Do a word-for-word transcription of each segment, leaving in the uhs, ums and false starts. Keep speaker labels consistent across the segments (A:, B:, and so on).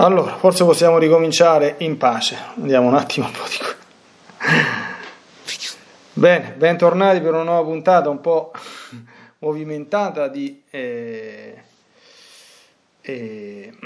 A: Allora, forse possiamo ricominciare in pace. Andiamo un attimo un po' di qua. Bene, bentornati per una nuova puntata un po' movimentata di, eh, eh,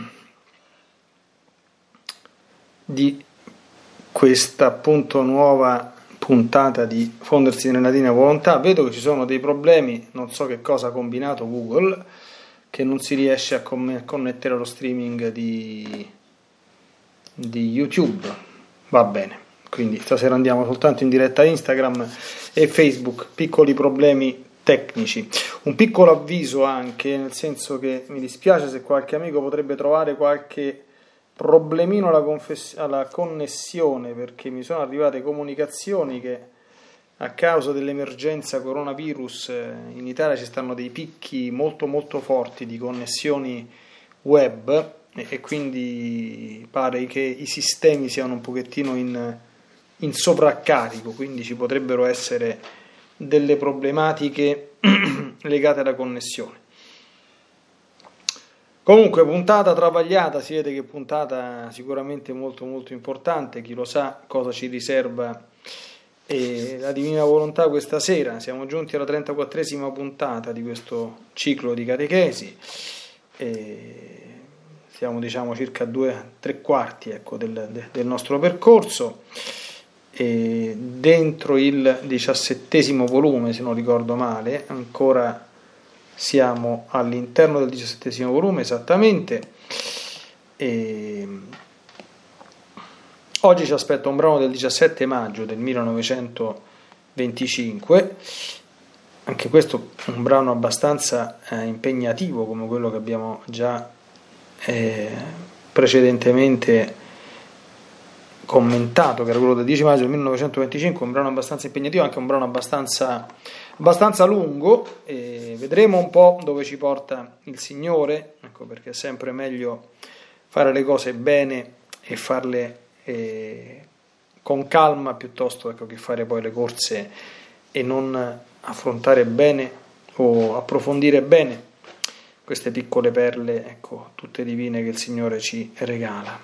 A: di questa appunto nuova puntata di Fondersi nella Divina Volontà. Vedo che ci sono dei problemi, non so che cosa ha combinato Google, che non si riesce a connettere allo streaming di, di YouTube. Va bene, quindi stasera andiamo soltanto in diretta a Instagram e Facebook. Piccoli problemi tecnici. Un piccolo avviso anche, nel senso che mi dispiace se qualche amico potrebbe trovare qualche problemino alla, confess- alla connessione, perché mi sono arrivate comunicazioni che a causa dell'emergenza coronavirus in Italia ci stanno dei picchi molto molto forti di connessioni web e, e quindi pare che i sistemi siano un pochettino in, in sovraccarico, quindi ci potrebbero essere delle problematiche legate alla connessione. Comunque, puntata travagliata, si vede che puntata sicuramente molto molto importante, chi lo sa cosa ci riserva e la Divina Volontà questa sera. Siamo giunti alla trentaquattresima puntata di questo ciclo di catechesi e siamo diciamo circa due tre quarti ecco, del, del nostro percorso e dentro il diciassettesimo volume, se non ricordo male, ancora siamo all'interno del diciassettesimo volume esattamente. E oggi ci aspetta un brano del diciassette maggio del millenovecentoventicinque, anche questo un brano abbastanza eh, impegnativo come quello che abbiamo già eh, precedentemente commentato, che era quello del dieci maggio del millenovecentoventicinque, un brano abbastanza impegnativo, anche un brano abbastanza, abbastanza lungo, e vedremo un po' dove ci porta il Signore, ecco perché è sempre meglio fare le cose bene e farle E con calma piuttosto ecco, che fare poi le corse e non affrontare bene o approfondire bene queste piccole perle ecco, tutte divine che il Signore ci regala.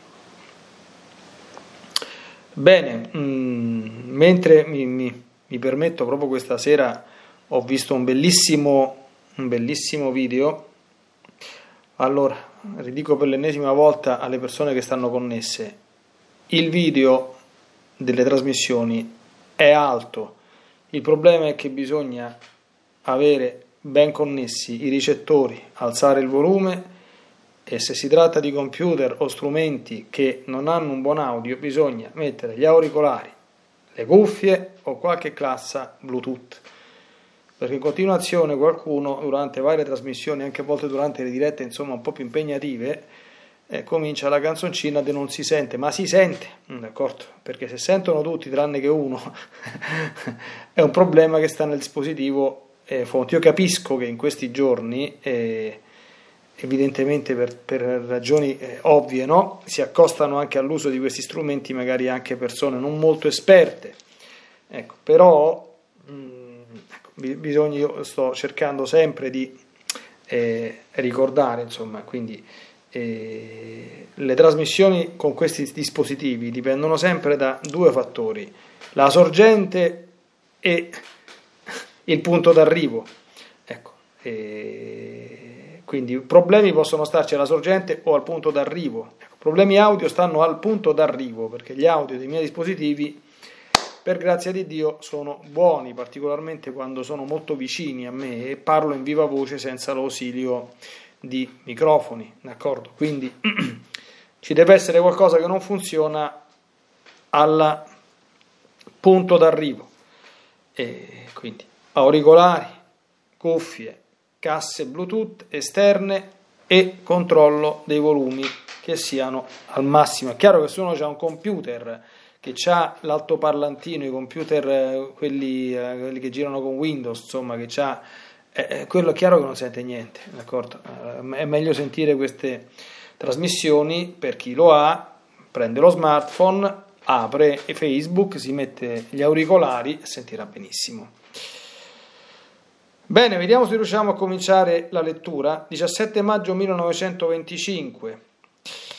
A: Bene, mh, mentre mi, mi, mi permetto, proprio questa sera ho visto un bellissimo, un bellissimo video. Allora, ridico per l'ennesima volta alle persone che stanno connesse: il video delle trasmissioni è alto, il problema è che bisogna avere ben connessi i ricettori, alzare il volume, e se si tratta di computer o strumenti che non hanno un buon audio bisogna mettere gli auricolari, le cuffie o qualche classa Bluetooth, perché in continuazione qualcuno durante varie trasmissioni, anche a volte durante le dirette insomma un po' più impegnative, Eh, comincia la canzoncina de non si sente, ma si sente, d'accordo? Perché se sentono tutti tranne che uno è un problema che sta nel dispositivo eh, fonte. Io capisco che in questi giorni eh, evidentemente per, per ragioni eh, ovvie, no? Si accostano anche all'uso di questi strumenti magari anche persone non molto esperte, ecco, però mh, ecco, bisogna, io sto cercando sempre di eh, ricordare, insomma, quindi E le trasmissioni con questi dispositivi dipendono sempre da due fattori: la sorgente e il punto d'arrivo, ecco, e quindi problemi possono starci alla sorgente o al punto d'arrivo. Ecco, problemi audio stanno al punto d'arrivo, perché gli audio dei miei dispositivi per grazia di Dio sono buoni, particolarmente quando sono molto vicini a me e parlo in viva voce senza l'ausilio di microfoni, d'accordo? Quindi ci deve essere qualcosa che non funziona al punto d'arrivo, e quindi auricolari, cuffie, casse Bluetooth esterne e controllo dei volumi che siano al massimo. È chiaro che se uno ha un computer che ha l'altoparlantino, i computer quelli, quelli che girano con Windows, insomma, che ha Eh, quello è chiaro che non sente niente, d'accordo? Eh, è meglio sentire queste trasmissioni. Per chi lo ha, prende lo smartphone, apre Facebook, si mette gli auricolari e sentirà benissimo. Bene, vediamo se riusciamo a cominciare la lettura. diciassette maggio millenovecentoventicinque.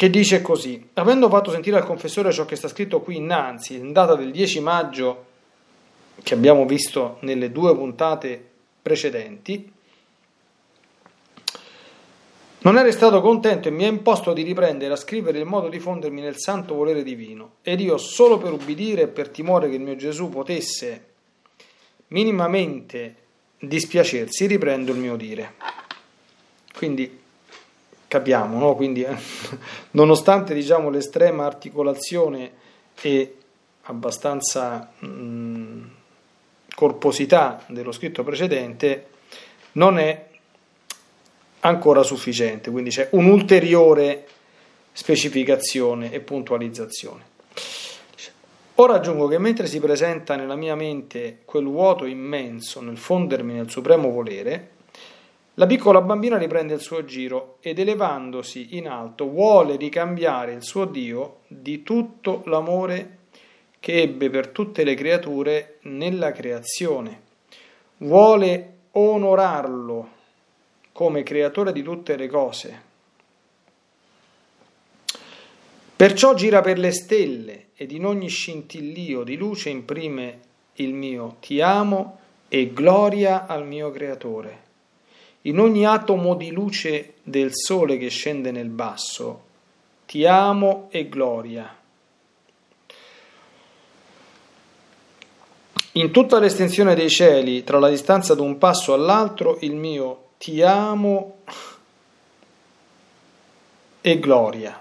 A: che dice così: avendo fatto sentire al confessore ciò che sta scritto qui innanzi, in data del dieci maggio, che abbiamo visto nelle due puntate precedenti, non è restato contento e mi ha imposto di riprendere a scrivere il modo di fondermi nel santo volere divino, ed io, solo per ubbidire e per timore che il mio Gesù potesse minimamente dispiacersi, riprendo il mio dire. Quindi capiamo, no? Quindi eh, nonostante, diciamo, l'estrema articolazione e abbastanza mh, corposità dello scritto precedente, non è ancora sufficiente, quindi c'è un'ulteriore specificazione e puntualizzazione. Ora aggiungo che mentre si presenta nella mia mente quel vuoto immenso nel fondermi nel supremo volere, la piccola bambina riprende il suo giro ed elevandosi in alto vuole ricambiare il suo Dio di tutto l'amore che ebbe per tutte le creature nella creazione. Vuole onorarlo come creatore di tutte le cose. Perciò gira per le stelle ed in ogni scintillio di luce imprime il mio ti amo e gloria al mio creatore. In ogni atomo di luce del sole che scende nel basso, ti amo e gloria. In tutta l'estensione dei cieli, tra la distanza da un passo all'altro, il mio ti amo e gloria.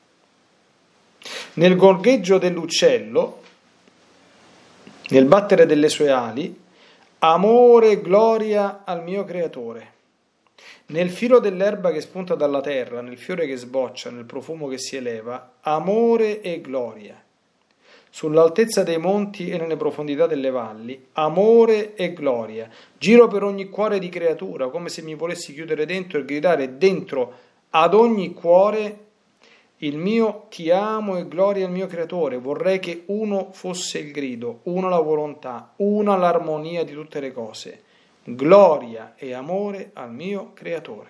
A: Nel gorgheggio dell'uccello, nel battere delle sue ali, amore e gloria al mio creatore. Nel filo dell'erba che spunta dalla terra, nel fiore che sboccia, nel profumo che si eleva, amore e gloria. Sull'altezza dei monti e nelle profondità delle valli, amore e gloria. Giro per ogni cuore di creatura, come se mi volessi chiudere dentro e gridare dentro ad ogni cuore il mio ti amo e gloria al mio creatore. Vorrei che uno fosse il grido, una la volontà, una l'armonia di tutte le cose. Gloria e amore al mio creatore.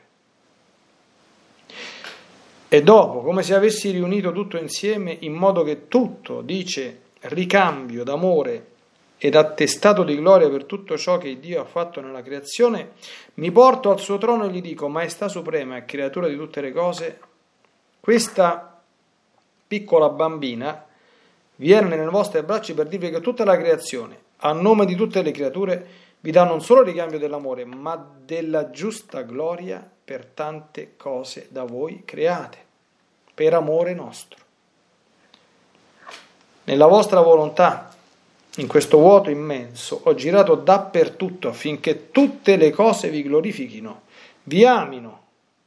A: E dopo, come se avessi riunito tutto insieme, in modo che tutto, dice, ricambio d'amore ed attestato di gloria per tutto ciò che Dio ha fatto nella creazione, mi porto al suo trono e gli dico: Maestà suprema e creatura di tutte le cose, questa piccola bambina viene nelle vostre braccia per dirvi che tutta la creazione, a nome di tutte le creature, vi dà non solo il ricambio dell'amore, ma della giusta gloria per tante cose da voi create, per amore nostro. Nella vostra volontà, in questo vuoto immenso, ho girato dappertutto affinché tutte le cose vi glorifichino, vi amino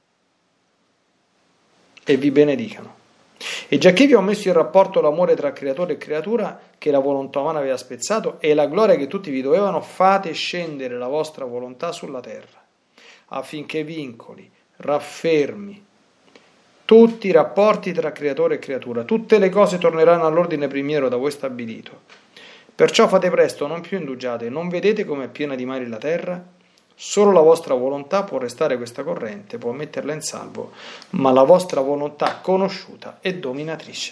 A: e vi benedicano. E giacché vi ho messo in rapporto l'amore tra creatore e creatura che la volontà umana aveva spezzato e la gloria che tutti vi dovevano, fate scendere la vostra volontà sulla terra, affinché vincoli, raffermi tutti i rapporti tra creatore e creatura. Tutte le cose torneranno all'ordine primiero da voi stabilito. Perciò fate presto, non più indugiate, non vedete come è piena di mari la terra? Solo la vostra volontà può restare questa corrente, può metterla in salvo, ma la vostra volontà conosciuta è dominatrice.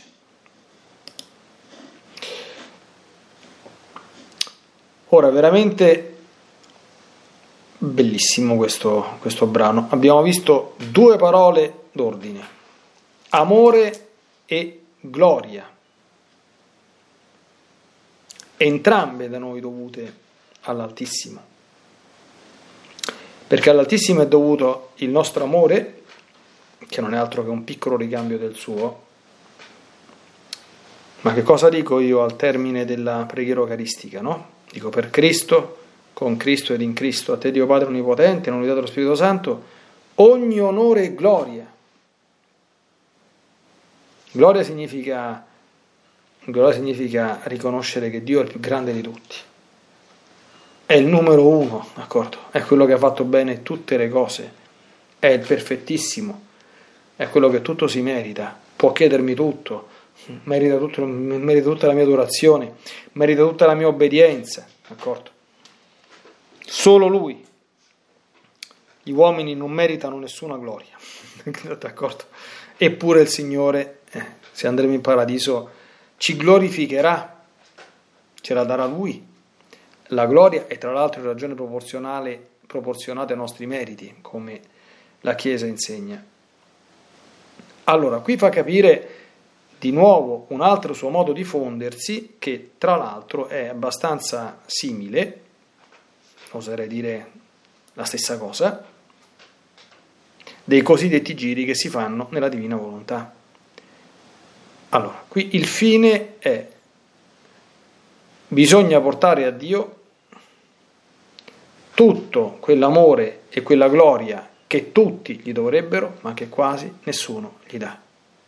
A: Ora, veramente bellissimo questo, questo brano. Abbiamo visto due parole d'ordine: amore e gloria, entrambe da noi dovute all'Altissimo. Perché all'Altissimo è dovuto il nostro amore, che non è altro che un piccolo ricambio del suo. Ma che cosa dico io al termine della preghiera eucaristica, no? Dico: per Cristo, con Cristo ed in Cristo, a te Dio Padre Onnipotente, nell'unità dello Spirito Santo, ogni onore e gloria. Gloria significa, gloria significa riconoscere che Dio è il più grande di tutti. È il numero uno, d'accordo? È quello che ha fatto bene tutte le cose, è il perfettissimo, è quello che tutto si merita, può chiedermi tutto, merita, tutto, merita tutta la mia adorazione, merita tutta la mia obbedienza, d'accordo? Solo Lui. gli uomini non meritano nessuna gloria, d'accordo? Eppure il Signore, eh, se andremo in paradiso, ci glorificherà, ce la darà Lui, la gloria, e tra l'altro in ragione proporzionale, proporzionata ai nostri meriti, come la Chiesa insegna. Allora, qui fa capire di nuovo un altro suo modo di fondersi, che tra l'altro è abbastanza simile, oserei dire la stessa cosa, dei cosiddetti giri che si fanno nella divina volontà. Allora, qui il fine è: bisogna portare a Dio tutto quell'amore e quella gloria che tutti gli dovrebbero, ma che quasi nessuno gli dà.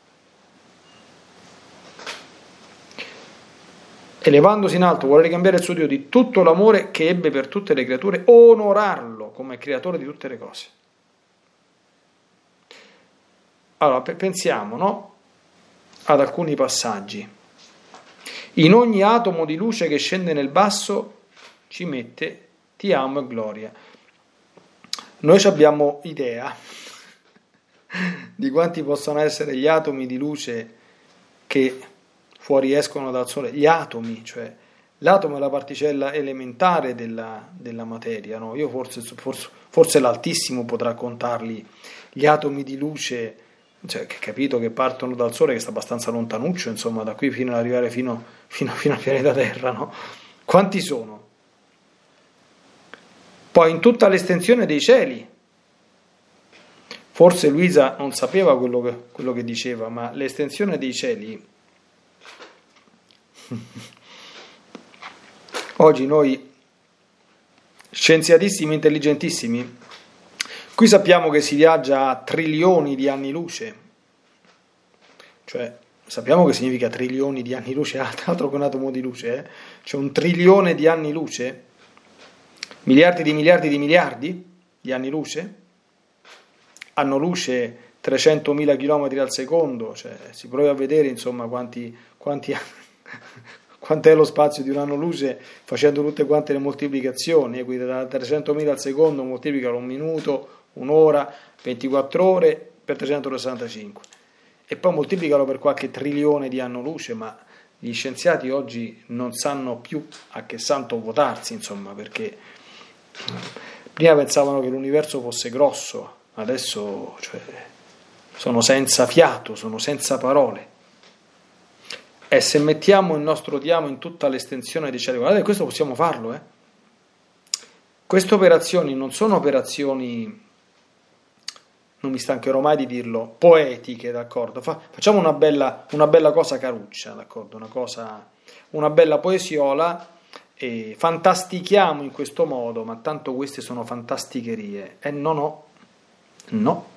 A: Elevandosi in alto vuole ricambiare il suo Dio di tutto l'amore che ebbe per tutte le creature, onorarlo come creatore di tutte le cose. Allora, pensiamo, no? Ad alcuni passaggi. In ogni atomo di luce che scende nel basso ci mette ti amo e gloria. Noi abbiamo idea di quanti possono essere gli atomi di luce che fuoriescono dal Sole, gli atomi, cioè l'atomo è la particella elementare della, della materia, no? Io forse, forse, forse l'Altissimo potrà contarli, gli atomi di luce, cioè, che capito che partono dal Sole, che sta abbastanza lontanuccio, insomma, da qui fino ad arrivare fino, fino, fino al pianeta Terra, no? Quanti sono? Poi in tutta l'estensione dei cieli, forse Luisa non sapeva quello che, quello che diceva, ma l'estensione dei cieli, oggi noi scienziatissimi, intelligentissimi, qui sappiamo che si viaggia a trilioni di anni luce, cioè sappiamo che significa trilioni di anni luce, altro che un atomo di luce, eh? Cioè un trilione di anni luce, miliardi di miliardi di miliardi di anni luce, hanno luce trecentomila chilometri al secondo, cioè si provi a vedere insomma quanti, quanti quant'è lo spazio di un anno luce facendo tutte quante le moltiplicazioni, quindi da trecentomila al secondo moltiplicalo un minuto, un'ora, ventiquattro ore per trecentosessantacinque e poi moltiplicalo per qualche trilione di anno luce, ma gli scienziati oggi non sanno più a che santo votarsi, insomma, perché prima pensavano che l'universo fosse grosso, adesso cioè, sono senza fiato, sono senza parole. E se mettiamo il nostro ti amo in tutta l'estensione dei cieli, guardate, questo possiamo farlo, eh? Queste operazioni non sono operazioni, non mi stancherò mai di dirlo, poetiche, d'accordo? Fa, facciamo una bella, una bella cosa caruccia, d'accordo? Una cosa, una bella poesiola, e fantastichiamo in questo modo, ma tanto queste sono fantasticherie. E no, no, no.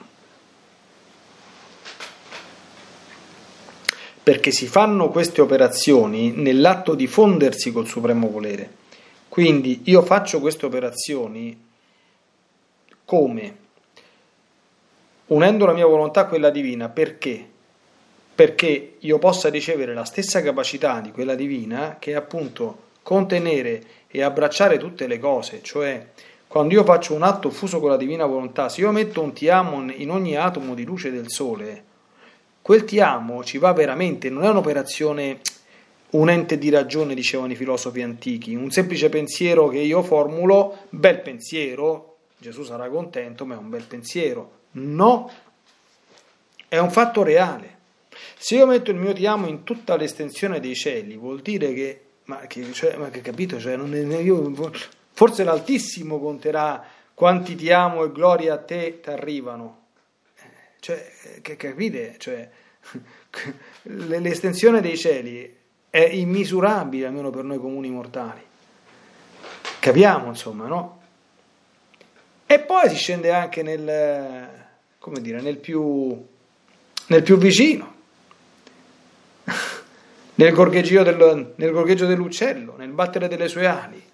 A: Perché si fanno queste operazioni nell'atto di fondersi col supremo volere. Quindi io faccio queste operazioni come? Unendo la mia volontà a quella divina, perché? Perché io possa ricevere la stessa capacità di quella divina, che è appunto contenere e abbracciare tutte le cose. Cioè, quando io faccio un atto fuso con la divina volontà, se io metto un ti amo in ogni atomo di luce del Sole, quel ti amo ci va veramente, non è un'operazione, un ente di ragione, dicevano i filosofi antichi, un semplice pensiero che io formulo, bel pensiero, Gesù sarà contento, ma è un bel pensiero. No, è un fatto reale. Se io metto il mio ti amo in tutta l'estensione dei cieli, vuol dire che, ma che, cioè, ma che capito, cioè, non è, io, forse l'Altissimo conterà quanti ti amo e gloria a te t'arrivano. Cioè, che capite? Cioè, l'estensione dei cieli è immisurabile, almeno per noi comuni mortali. Capiamo, insomma, no? E poi si scende anche nel, come dire, nel più, nel più vicino, nel gorgheggio, del, nel gorgheggio dell'uccello, nel battere delle sue ali.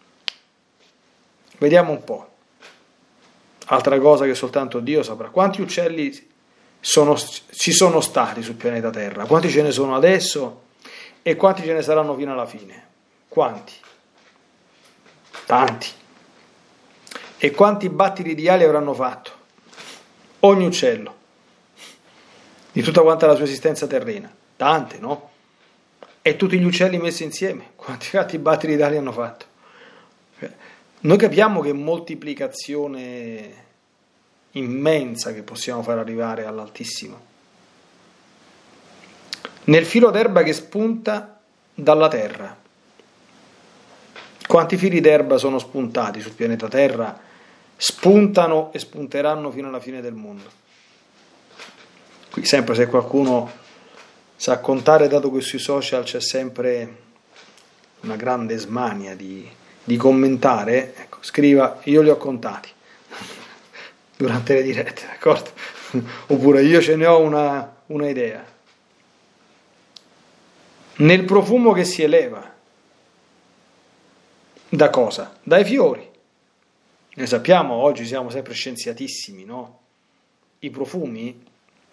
A: Vediamo un po'. Altra cosa che soltanto Dio saprà. Quanti uccelli sono, ci sono stati sul pianeta Terra? Quanti ce ne sono adesso? E quanti ce ne saranno fino alla fine? Quanti? Tanti. E quanti battiti di ali avranno fatto? Ogni uccello, di tutta quanta la sua esistenza terrena. Tante, no? E tutti gli uccelli messi insieme, quanti, quanti battiti di ali hanno fatto? Noi capiamo che moltiplicazione immensa che possiamo far arrivare all'Altissimo. Nel filo d'erba che spunta dalla terra. Quanti fili d'erba sono spuntati sul pianeta Terra, spuntano e spunteranno fino alla fine del mondo. Qui sempre, se qualcuno sa contare, dato che sui social c'è sempre una grande smania di, di commentare, ecco, scriva io li ho contati durante le dirette, d'accordo? Oppure io ce ne ho una, una idea. Nel profumo che si eleva. Da cosa? Dai fiori. Noi sappiamo, oggi siamo sempre scienziatissimi, no? I profumi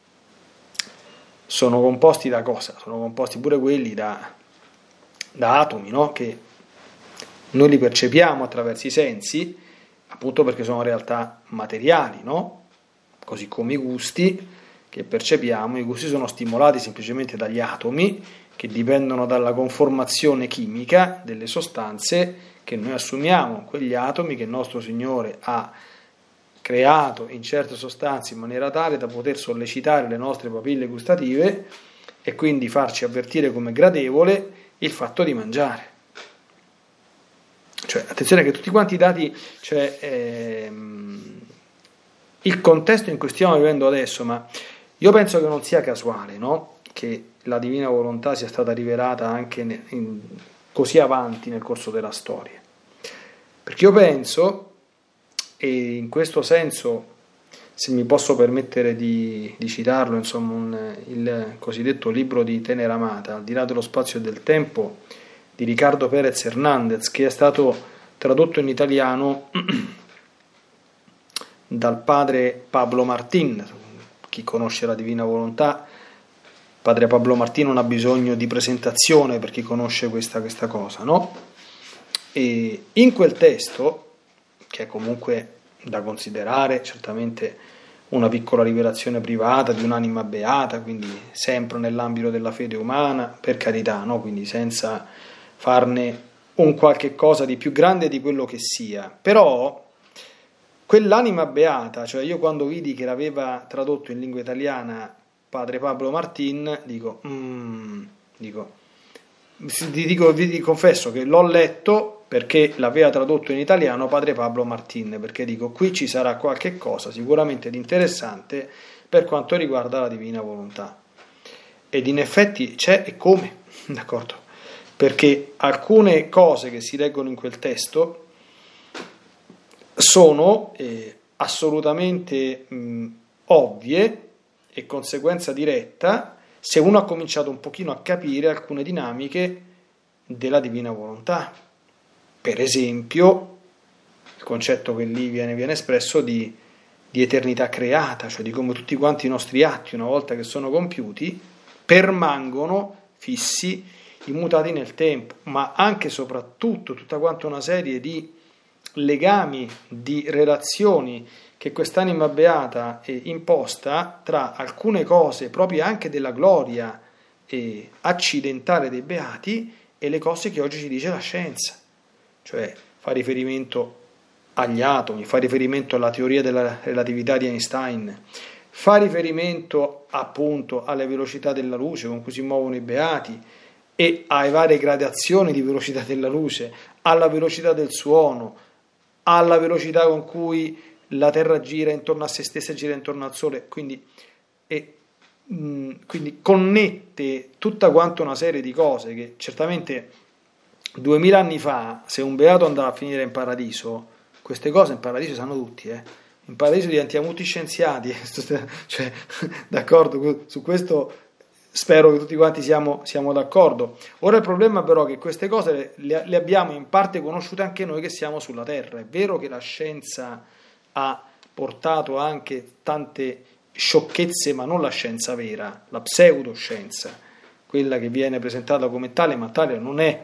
A: sono composti da cosa? Sono composti pure quelli da, da atomi, no? Che noi li percepiamo attraverso i sensi, appunto perché sono realtà materiali, no? Così come i gusti che percepiamo, i gusti sono stimolati semplicemente dagli atomi che dipendono dalla conformazione chimica delle sostanze che noi assumiamo, quegli atomi che il nostro Signore ha creato in certe sostanze in maniera tale da poter sollecitare le nostre papille gustative e quindi farci avvertire come gradevole il fatto di mangiare. Cioè, attenzione che tutti quanti i dati, cioè ehm, il contesto in cui stiamo vivendo adesso, ma io penso che non sia casuale, no? Che la divina volontà sia stata rivelata anche in, in, così avanti nel corso della storia. Perché io penso, e in questo senso, se mi posso permettere di, di citarlo, insomma, un, il cosiddetto libro di Tenera Amata, Al di là dello spazio e del tempo, di Ricardo Pérez Hernández, che è stato tradotto in italiano dal padre Pablo Martín. Chi conosce la divina volontà, padre Pablo Martín non ha bisogno di presentazione per chi conosce questa, questa cosa, no? E in quel testo, che è comunque da considerare certamente una piccola rivelazione privata di un'anima beata, quindi sempre nell'ambito della fede umana, per carità, no? Quindi senza farne un qualche cosa di più grande di quello che sia, però quell'anima beata, cioè io quando vidi che l'aveva tradotto in lingua italiana padre Pablo Martín, dico, mm, dico, vi, dico, vi confesso che l'ho letto perché l'aveva tradotto in italiano padre Pablo Martín, perché dico, qui ci sarà qualche cosa sicuramente di interessante per quanto riguarda la divina volontà. Ed in effetti c'è, e come, d'accordo? Perché alcune cose che si leggono in quel testo sono eh, assolutamente mh, ovvie e conseguenza diretta se uno ha cominciato un pochino a capire alcune dinamiche della divina volontà. Per esempio, il concetto che lì viene, viene espresso di, di eternità creata, cioè di come tutti quanti i nostri atti, una volta che sono compiuti, permangono fissi, immutati nel tempo, ma anche e soprattutto tutta quanta una serie di legami, di relazioni che quest'anima beata è imposta tra alcune cose proprie anche della gloria e accidentale dei beati e le cose che oggi ci dice la scienza, cioè fa riferimento agli atomi, fa riferimento alla teoria della relatività di Einstein, fa riferimento appunto alle velocità della luce con cui si muovono i beati e alle varie gradazioni di velocità della luce, alla velocità del suono, alla velocità con cui la Terra gira intorno a se stessa e gira intorno al Sole, quindi, e, mh, quindi connette tutta quanta una serie di cose che certamente duemila anni fa, se un beato andava a finire in paradiso, queste cose in paradiso sanno tutti, eh? In paradiso diventiamo tutti scienziati, cioè, d'accordo, su questo spero che tutti quanti siamo, siamo d'accordo. Ora il problema però è che queste cose le, le abbiamo in parte conosciute anche noi che siamo sulla Terra. È vero che la scienza ha portato anche tante sciocchezze, ma non la scienza vera, la pseudoscienza, quella che viene presentata come tale, ma tale non è,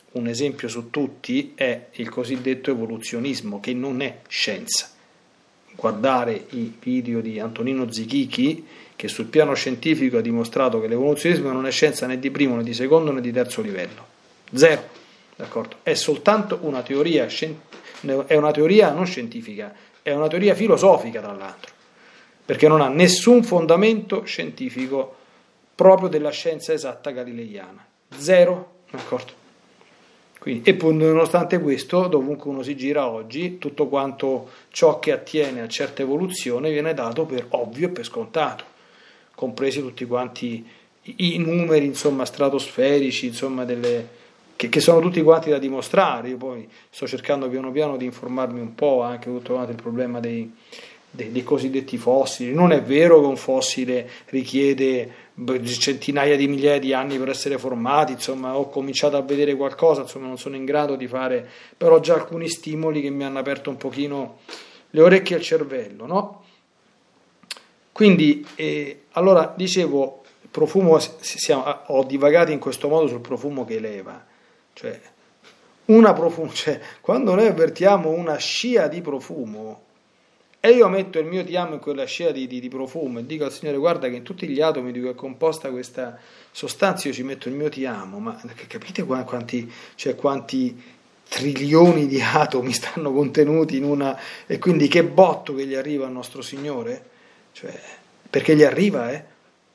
A: un esempio su tutti è il cosiddetto evoluzionismo, che non è scienza. Guardare i video di Antonino Zichichi, che sul piano scientifico ha dimostrato che l'evoluzionismo non è scienza né di primo né di secondo né di terzo livello. Zero, d'accordo? È soltanto una teoria, è una teoria non scientifica, è una teoria filosofica tra l'altro, perché non ha nessun fondamento scientifico proprio della scienza esatta galileiana. Zero, d'accordo? Quindi, e poi, nonostante questo, dovunque uno si gira oggi, tutto quanto ciò che attiene a certa evoluzione viene dato per ovvio e per scontato, compresi tutti quanti i, i numeri, insomma, stratosferici, insomma, delle, che, che sono tutti quanti da dimostrare. Io poi sto cercando piano piano di informarmi un po' anche tutto quanto il problema dei, dei, dei cosiddetti fossili. Non è vero che un fossile richiede centinaia di migliaia di anni per essere formati, insomma, ho cominciato a vedere qualcosa, insomma, non sono in grado di fare, però già alcuni stimoli che mi hanno aperto un pochino le orecchie e il cervello, no? Quindi, eh, allora, dicevo, il profumo, siamo, ho divagato in questo modo sul profumo che eleva, cioè, una profumo, cioè, quando noi avvertiamo una scia di profumo, e io metto il mio ti amo in quella scia di, di, di profumo e dico al Signore: guarda che in tutti gli atomi di cui è composta questa sostanza io ci metto il mio ti amo, ma capite quanti, cioè quanti trilioni di atomi stanno contenuti in una, e quindi che botto che gli arriva al nostro Signore, cioè, perché gli arriva, eh?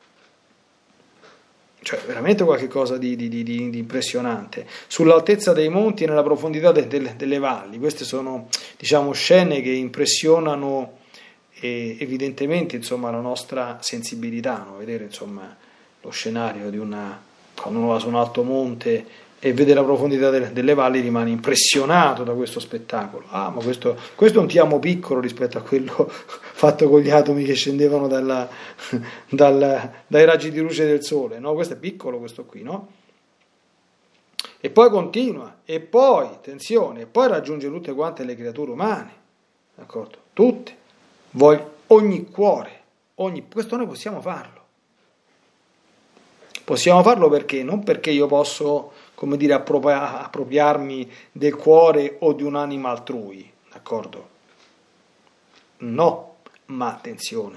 A: Cioè veramente qualcosa di, di, di, di impressionante. Sull'altezza dei monti e nella profondità de, de, delle valli, queste sono, diciamo, scene che impressionano eh, evidentemente, insomma, la nostra sensibilità, no? Vedere, insomma, lo scenario di una, quando uno va su un alto monte e vede la profondità de, delle valli, rimane impressionato da questo spettacolo. Ah, ma questo, questo è un ti amo piccolo rispetto a quello fatto con gli atomi che scendevano dalla, dal, dai raggi di luce del sole, no? Questo è piccolo, questo qui, no? E poi continua, e poi, attenzione, e poi raggiunge tutte quante le creature umane, d'accordo? Tutte, Voglio, ogni cuore, ogni, questo noi possiamo farlo. Possiamo farlo perché? Non perché io posso, come dire, appropria, appropriarmi del cuore o di un'anima altrui, d'accordo? No. Ma attenzione,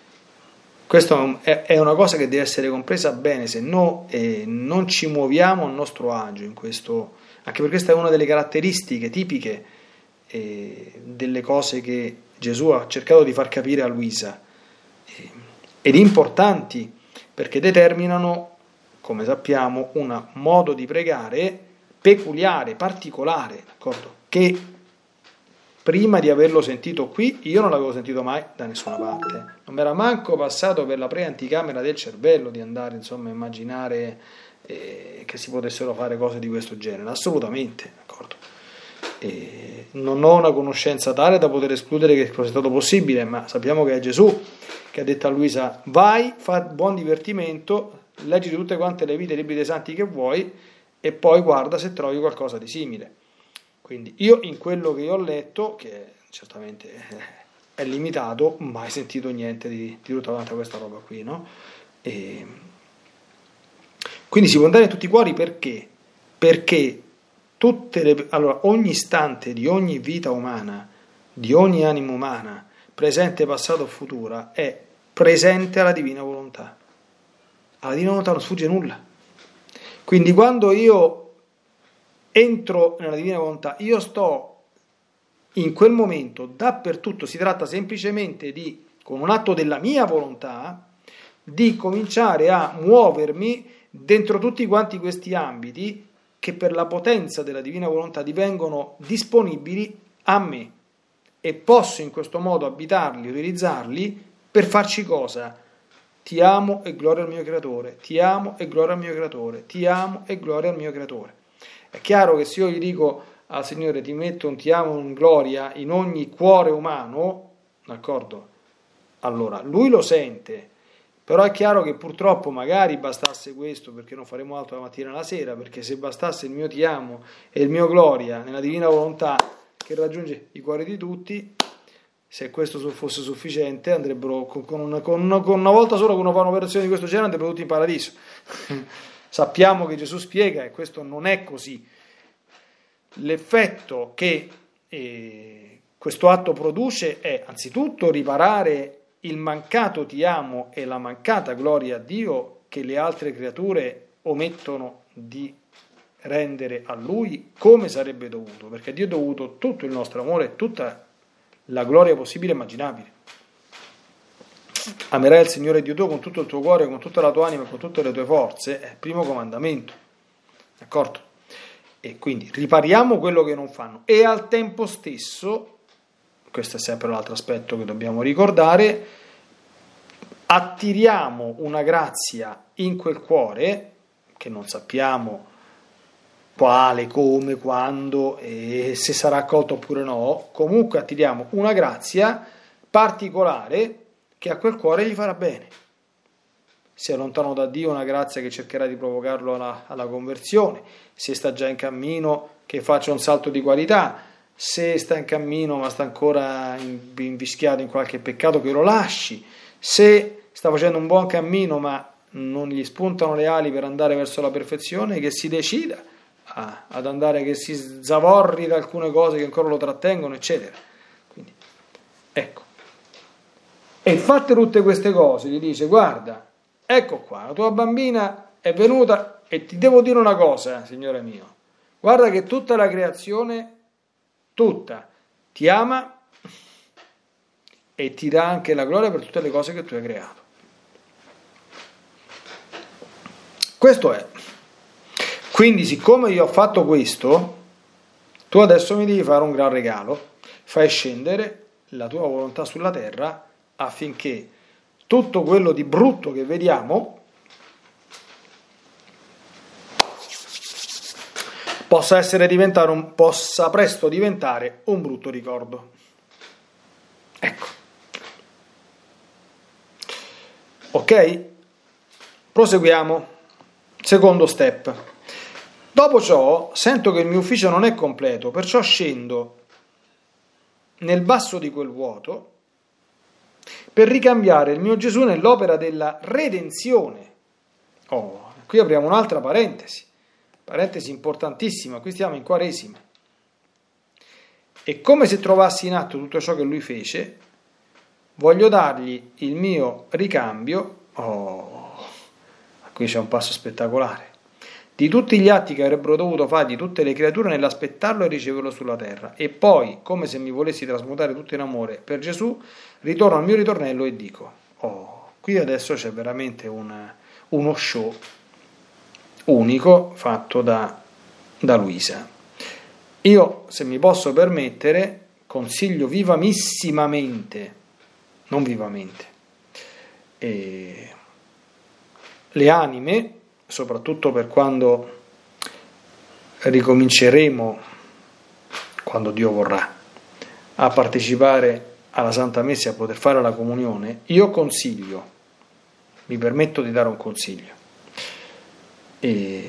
A: questa è una cosa che deve essere compresa bene, se no eh, non ci muoviamo a nostro agio in questo, anche perché questa è una delle caratteristiche tipiche eh, delle cose che Gesù ha cercato di far capire a Luisa, eh, ed importanti perché determinano, come sappiamo, un modo di pregare peculiare, particolare, d'accordo? Che prima di averlo sentito qui, io non l'avevo sentito mai da nessuna parte. Non mi era manco passato per la pre-anticamera del cervello di andare, insomma, a immaginare eh, che si potessero fare cose di questo genere. Assolutamente, d'accordo? E non ho una conoscenza tale da poter escludere che fosse stato possibile, ma sappiamo che è Gesù che ha detto a Luisa: vai, fa buon divertimento, leggi tutte quante le vite e libri dei santi che vuoi e poi guarda se trovi qualcosa di simile. Quindi io in quello che io ho letto, che certamente è limitato, mai sentito niente di, di tutta questa roba qui, no? E quindi si può andare in tutti i cuori perché? Perché tutte le, allora, ogni istante di ogni vita umana, di ogni anima umana, presente, passato o futura, è presente alla divina volontà. Alla divina volontà non sfugge nulla. Quindi quando io entro nella divina volontà, io sto in quel momento dappertutto, si tratta semplicemente di, con un atto della mia volontà, di cominciare a muovermi dentro tutti quanti questi ambiti che per la potenza della divina volontà divengono disponibili a me e posso in questo modo abitarli, utilizzarli per farci cosa? Ti amo e gloria al mio creatore, ti amo e gloria al mio creatore, ti amo e gloria al mio creatore. È chiaro che se io gli dico al Signore ti metto un ti amo in gloria in ogni cuore umano, d'accordo? Allora, lui lo sente, però è chiaro che purtroppo magari bastasse questo, perché non faremo altro la mattina e la sera, perché se bastasse il mio ti amo e il mio gloria nella divina volontà che raggiunge i cuori di tutti, se questo fosse sufficiente andrebbero con, con, una, con, una, con una volta sola, con una un'operazione di questo genere andrebbero tutti in paradiso. Sappiamo che Gesù spiega e questo non è così, l'effetto che eh, questo atto produce è anzitutto riparare il mancato ti amo e la mancata gloria a Dio che le altre creature omettono di rendere a Lui come sarebbe dovuto, perché Dio ha dovuto tutto il nostro amore e tutta la gloria possibile e immaginabile. Amerai il Signore Dio tuo con tutto il tuo cuore, con tutta la tua anima e con tutte le tue forze, è il primo comandamento, d'accordo? E quindi ripariamo quello che non fanno e al tempo stesso, questo è sempre l'altro aspetto che dobbiamo ricordare, attiriamo una grazia in quel cuore che non sappiamo quale, come, quando e se sarà accolto oppure no, comunque attiriamo una grazia particolare che a quel cuore gli farà bene. Se è lontano da Dio, una grazia che cercherà di provocarlo alla, alla conversione. Se sta già in cammino, che faccia un salto di qualità. Se sta in cammino ma sta ancora invischiato in qualche peccato, che lo lasci. Se sta facendo un buon cammino ma non gli spuntano le ali per andare verso la perfezione, che si decida a, ad andare, che si zavorri da alcune cose che ancora lo trattengono, eccetera. Quindi, ecco. E fatte tutte queste cose, gli dice: guarda, ecco qua, la tua bambina è venuta e ti devo dire una cosa, Signore mio, guarda che tutta la creazione, tutta, ti ama e ti dà anche la gloria per tutte le cose che tu hai creato. Questo è. Quindi, siccome io ho fatto questo, tu adesso mi devi fare un gran regalo, fai scendere la tua volontà sulla terra affinché tutto quello di brutto che vediamo possa essere diventare un, possa presto diventare un brutto ricordo. Ecco. Ok? Proseguiamo. Secondo step. Dopo ciò sento che il mio ufficio non è completo, perciò scendo nel basso di quel vuoto per ricambiare il mio Gesù nell'opera della redenzione. Oh, qui apriamo un'altra parentesi, parentesi importantissima, qui stiamo in Quaresima. E come se trovassi in atto tutto ciò che lui fece, voglio dargli il mio ricambio. Oh, qui c'è un passo spettacolare. Di tutti gli atti che avrebbero dovuto fargli tutte le creature nell'aspettarlo e riceverlo sulla terra. E poi, come se mi volessi trasmutare tutto in amore per Gesù, ritorno al mio ritornello e dico: oh, qui adesso c'è veramente un, uno show unico fatto da, da Luisa. Io, se mi posso permettere, consiglio vivamissimamente, non vivamente, eh, le anime, soprattutto per quando ricominceremo, quando Dio vorrà, a partecipare alla Santa Messa e a poter fare la comunione, io consiglio, mi permetto di dare un consiglio. E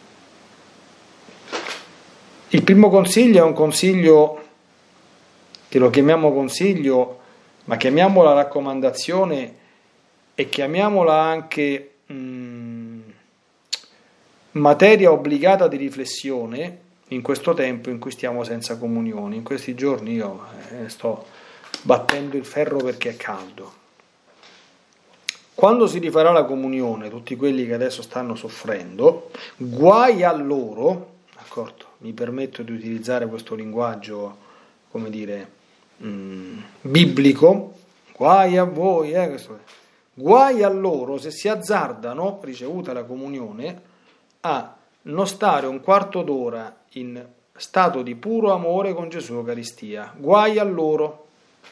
A: il primo consiglio è un consiglio che lo chiamiamo consiglio, ma chiamiamola raccomandazione e chiamiamola anche mh, materia obbligata di riflessione in questo tempo in cui stiamo senza comunione. In questi giorni io eh, sto battendo il ferro perché è caldo. Quando si rifarà la comunione, tutti quelli che adesso stanno soffrendo, guai a loro, d'accordo? Mi permetto di utilizzare questo linguaggio, come dire, mh, biblico, guai a voi, eh, questo, guai a loro se si azzardano, ricevuta la comunione, a non stare un quarto d'ora in stato di puro amore con Gesù Eucaristia. Guai a loro.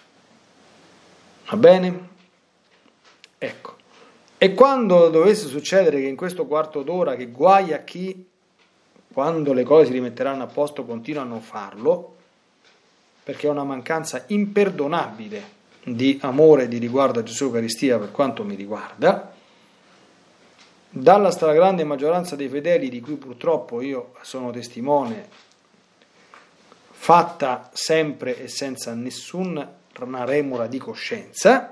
A: Va bene? Ecco. E quando dovesse succedere che in questo quarto d'ora, che guai a chi, quando le cose si rimetteranno a posto, continua a non farlo, perché è una mancanza imperdonabile di amore e di riguardo a Gesù Eucaristia per quanto mi riguarda, dalla stragrande maggioranza dei fedeli, di cui purtroppo io sono testimone, fatta sempre e senza nessuna remora di coscienza,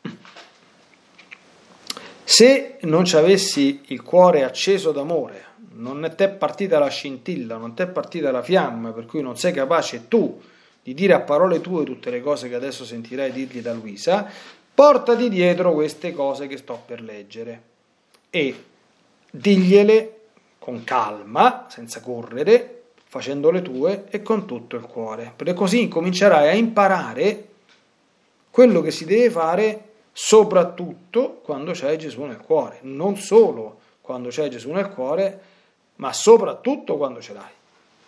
A: se non ci avessi il cuore acceso d'amore non ti è partita la scintilla, non ti è partita la fiamma, per cui non sei capace tu di dire a parole tue tutte le cose che adesso sentirai dirgli da Luisa, portati dietro queste cose che sto per leggere e digliele con calma, senza correre, facendo le tue e con tutto il cuore, perché così comincerai a imparare quello che si deve fare soprattutto quando c'hai Gesù nel cuore, non solo quando c'hai Gesù nel cuore, ma soprattutto quando ce l'hai.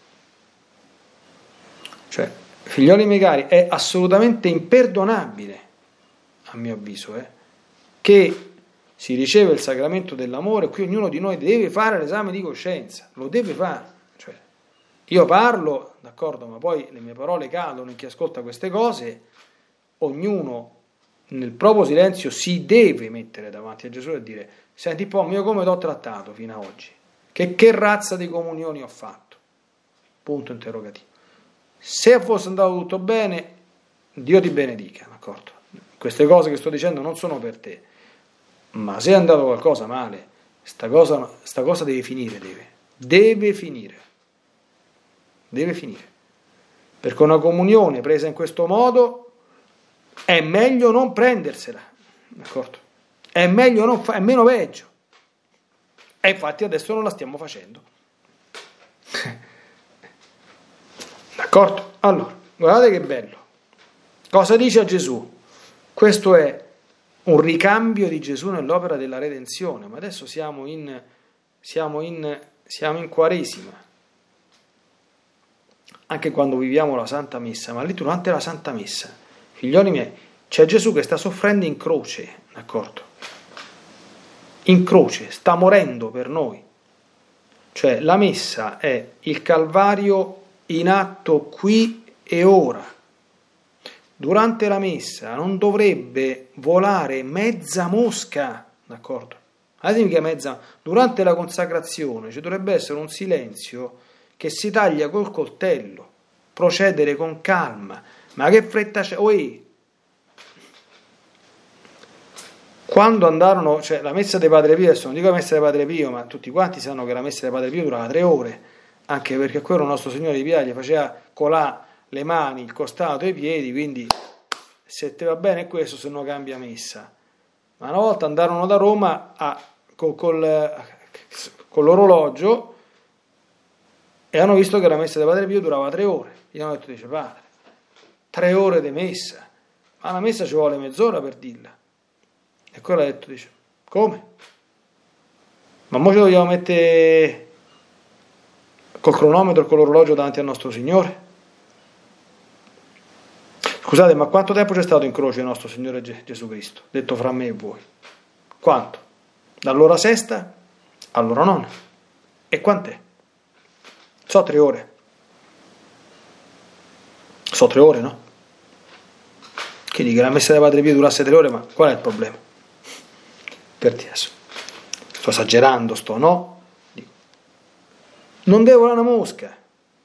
A: Cioè, figlioli miei cari, è assolutamente imperdonabile, a mio avviso, eh, che si riceve il sacramento dell'amore, qui ognuno di noi deve fare l'esame di coscienza, lo deve fare. Cioè, io parlo, d'accordo, ma poi le mie parole cadono in chi ascolta queste cose, ognuno nel proprio silenzio si deve mettere davanti a Gesù e dire: senti un po', io come t'ho trattato fino ad oggi? Che, che razza di comunioni ho fatto? Punto interrogativo. Se fosse andato tutto bene, Dio ti benedica, d'accordo? Queste cose che sto dicendo non sono per te, ma se è andato qualcosa male, sta cosa, sta cosa deve finire, deve, deve finire, deve finire, perché una comunione presa in questo modo è meglio non prendersela, d'accordo? È meglio non fa- è meno peggio, e infatti adesso non la stiamo facendo. D'accordo? Allora, guardate che bello. Cosa dice a Gesù? Questo è un ricambio di Gesù nell'opera della redenzione, ma adesso siamo in, siamo in, siamo in Quaresima. Anche quando viviamo la Santa Messa, ma lì durante la Santa Messa, figlioli miei, c'è Gesù che sta soffrendo in croce, d'accordo? In croce, sta morendo per noi. Cioè la Messa è il Calvario in atto qui e ora. Durante la Messa non dovrebbe volare mezza mosca, d'accordo? Che mezza, durante la consacrazione ci dovrebbe essere un silenzio che si taglia col coltello, procedere con calma. Ma che fretta c'è? Oi! Quando andarono, cioè la Messa dei Padre Pio, adesso non dico la Messa dei Padre Pio, ma tutti quanti sanno che la Messa dei Padre Pio durava tre ore, anche perché quello nostro Signore di Pia gli faceva colà le mani, il costato e i piedi, quindi se te va bene questo, se no cambia Messa. Ma una volta andarono da Roma a, col, col, con l'orologio e hanno visto che la Messa dei Padre Pio durava tre ore. Gli hanno detto: dice padre, tre ore di messa, ma la messa ci vuole mezz'ora per dirla. E quello ha detto, dice: come? Ma mo ci dobbiamo mettere col cronometro e con l'orologio davanti al nostro Signore? Scusate, ma quanto tempo c'è stato in croce il nostro Signore Gesù Cristo? Detto fra me e voi. Quanto? Dall'ora sesta all'ora nona. E quant'è? So tre ore. So tre ore, no? Che dica, la Messa dei Padre Pio durasse tre ore, ma qual è il problema? Per te adesso. Sto esagerando, sto, no? Dico. Non deve volare una mosca.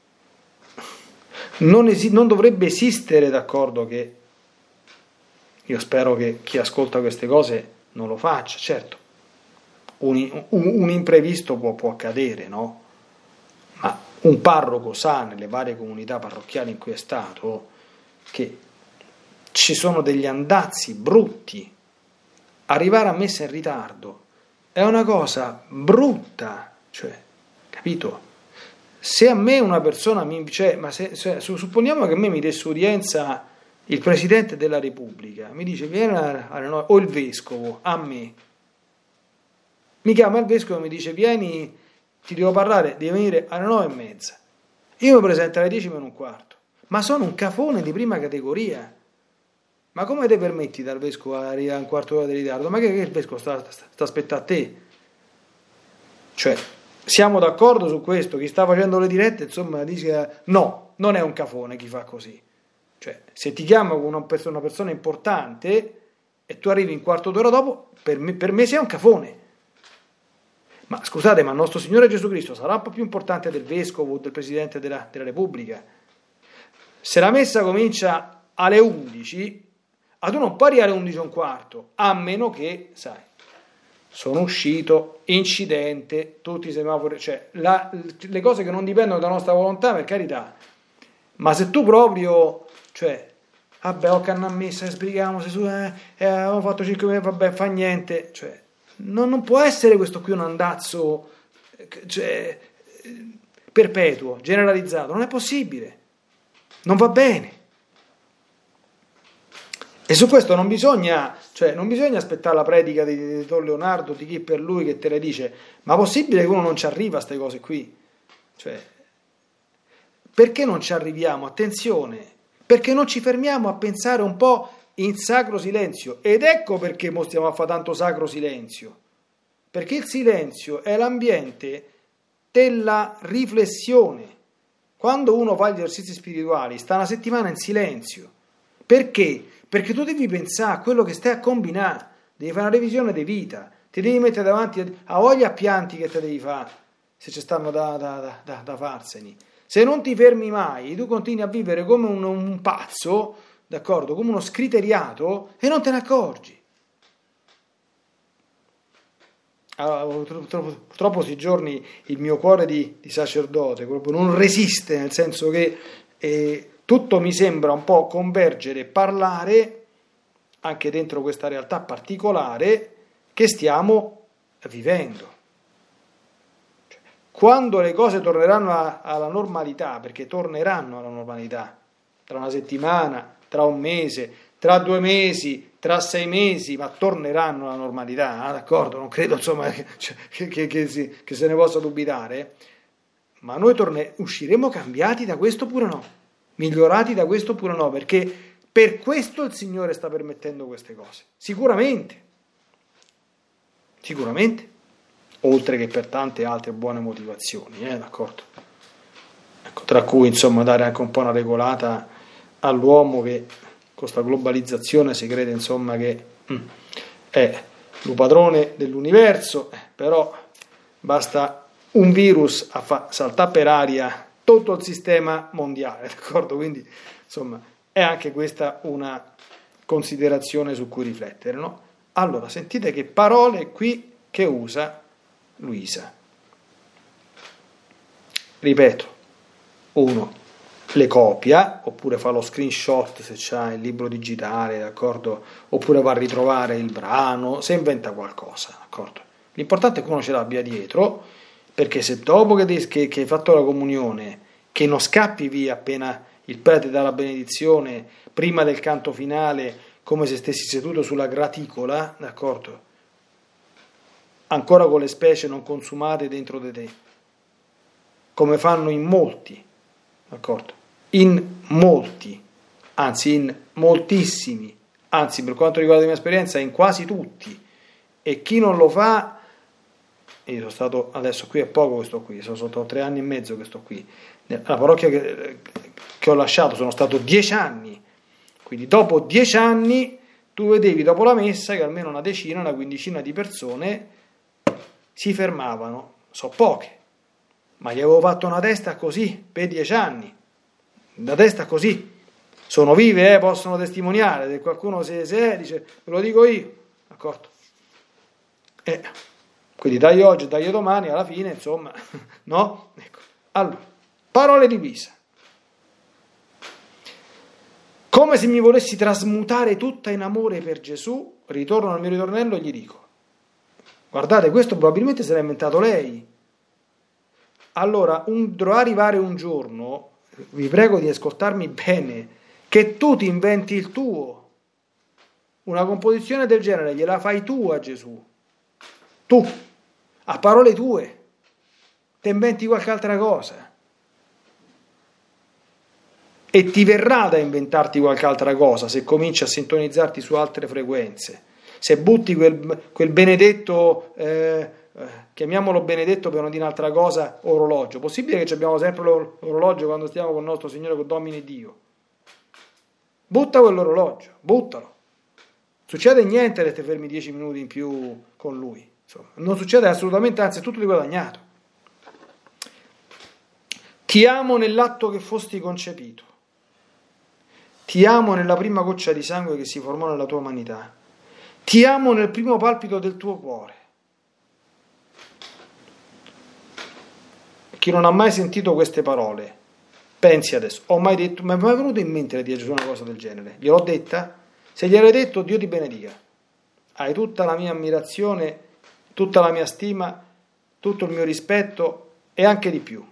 A: Non, esi- non dovrebbe esistere, d'accordo, che io spero che chi ascolta queste cose non lo faccia, certo. Un, un, un imprevisto può, può accadere, no? Ma un parroco sa nelle varie comunità parrocchiali in cui è stato che ci sono degli andazzi brutti. Arrivare a messa in ritardo è una cosa brutta, cioè, capito? Se a me una persona mi cioè, ma se, se supponiamo che a me mi desse udienza il Presidente della Repubblica, mi dice vieni alle nove, o il Vescovo, a me mi chiama il Vescovo e mi dice vieni, ti devo parlare, devi venire alle nove e mezza, io mi presento alle dieci meno un quarto, ma sono un cafone di prima categoria. Ma come ti permetti dal Vescovo a arrivare a un quarto d'ora di ritardo? Ma che, che il Vescovo sta, sta, sta aspettando a te? Cioè, siamo d'accordo su questo? Chi sta facendo le dirette, insomma, dice no, non è un cafone chi fa così. Cioè, se ti chiama una persona, una persona importante e tu arrivi un quarto d'ora dopo, per me, per me sei un cafone. Ma scusate, ma il nostro Signore Gesù Cristo sarà un po' più importante del Vescovo o del Presidente della, della Repubblica? Se la messa comincia alle undici... Ah, tu non puoi arrivare alle undici e un quarto, a meno che, sai, sono uscito, incidente, tutti i semafori, cioè la, le cose che non dipendono dalla nostra volontà, per carità, ma se tu proprio, cioè, vabbè, ho canna messa, sbrighiamo, se su, eh, eh, abbiamo fatto cinque minuti, vabbè, fa niente, cioè, non, non può essere questo qui un andazzo, cioè, perpetuo, generalizzato, non è possibile, non va bene. E su questo non bisogna, cioè non bisogna aspettare la predica di, di Don Leonardo, di chi per lui che te le dice, ma possibile che uno non ci arriva a queste cose qui? Cioè, perché non ci arriviamo? Attenzione, perché non ci fermiamo a pensare un po' in sacro silenzio, ed ecco perché mo stiamo a fare tanto sacro silenzio, perché il silenzio è l'ambiente della riflessione. Quando uno fa gli esercizi spirituali sta una settimana in silenzio, perché? Perché tu devi pensare a quello che stai a combinare, devi fare una revisione di vita, ti devi mettere davanti a voglia a pianti che te devi fare, se ci stanno da, da, da, da farsene. Se non ti fermi mai, tu continui a vivere come un, un pazzo, d'accordo, come uno scriteriato, e non te ne accorgi. Allora, purtroppo, purtroppo questi giorni il mio cuore di, di sacerdote proprio non resiste, nel senso che eh, tutto mi sembra un po' convergere e parlare anche dentro questa realtà particolare che stiamo vivendo. Cioè, quando le cose torneranno a, alla normalità, perché torneranno alla normalità, tra una settimana, tra un mese, tra due mesi, tra sei mesi, ma torneranno alla normalità, ah, d'accordo? Non credo insomma che, che, che, che, si, che se ne possa dubitare, ma noi torne, usciremo cambiati da questo oppure no? Migliorati da questo oppure no? Perché per questo il Signore sta permettendo queste cose, sicuramente, sicuramente, oltre che per tante altre buone motivazioni, eh, d'accordo? Ecco, tra cui insomma dare anche un po' una regolata all'uomo che con questa globalizzazione si crede insomma che mm, è il padrone dell'universo, eh, però basta un virus a far saltare per aria tutto il sistema mondiale, d'accordo? Quindi insomma è anche questa una considerazione su cui riflettere, no? Allora sentite che parole qui che usa Luisa. Ripeto, uno le copia, oppure fa lo screenshot se c'ha il libro digitale, d'accordo? Oppure va a ritrovare il brano, se inventa qualcosa, d'accordo? L'importante è che uno ce l'abbia dietro, perché se dopo che, che, che hai fatto la comunione, che non scappi via appena il prete dà la benedizione, prima del canto finale, come se stessi seduto sulla graticola, d'accordo? Ancora con le specie non consumate dentro di te, come fanno in molti, d'accordo? In molti, anzi in moltissimi, anzi per quanto riguarda la mia esperienza in quasi tutti, e chi non lo fa, io sono stato adesso qui è poco che sto qui, sono stato tre anni e mezzo che sto qui, la parrocchia che, che ho lasciato sono stato dieci anni, quindi dopo dieci anni tu vedevi dopo la messa che almeno una decina, una quindicina di persone si fermavano, so poche, ma gli avevo fatto una testa così per dieci anni, una testa così, sono vive, eh, possono testimoniare, se qualcuno se, se dice ve lo dico io, d'accordo? Eh, quindi dai oggi, dai domani, alla fine, insomma, no? Ecco. Allora, parole di Luisa. Come se mi volessi trasmutare tutta in amore per Gesù, ritorno al mio ritornello e gli dico, guardate, questo probabilmente se l'ha inventato lei. Allora, un, dovrà arrivare un giorno, vi prego di ascoltarmi bene, che tu ti inventi il tuo. Una composizione del genere gliela fai tu a Gesù. Tu, a parole tue, ti inventi qualche altra cosa. E ti verrà da inventarti qualche altra cosa se cominci a sintonizzarti su altre frequenze. Se butti quel, quel benedetto... Eh, chiamiamolo benedetto per non dire un'altra cosa, orologio. Possibile che abbiamo sempre l'orologio quando stiamo con il nostro Signore, con Domine Dio? Butta quell'orologio, buttalo. Succede niente se ti fermi dieci minuti in più con Lui. Insomma, non succede assolutamente, anzi è tutto di guadagnato. Ti amo nell'atto che fosti concepito. Ti amo nella prima goccia di sangue che si formò nella tua umanità. Ti amo nel primo palpito del tuo cuore. chi non ha mai sentito queste parole, pensi adesso, ho mai detto, mi è mai venuto in mente di dire a Gesù una cosa del genere? Gliel'ho detta? Se gliel'hai detto, Dio ti benedica. Hai tutta la mia ammirazione, tutta la mia stima, tutto il mio rispetto e anche di più.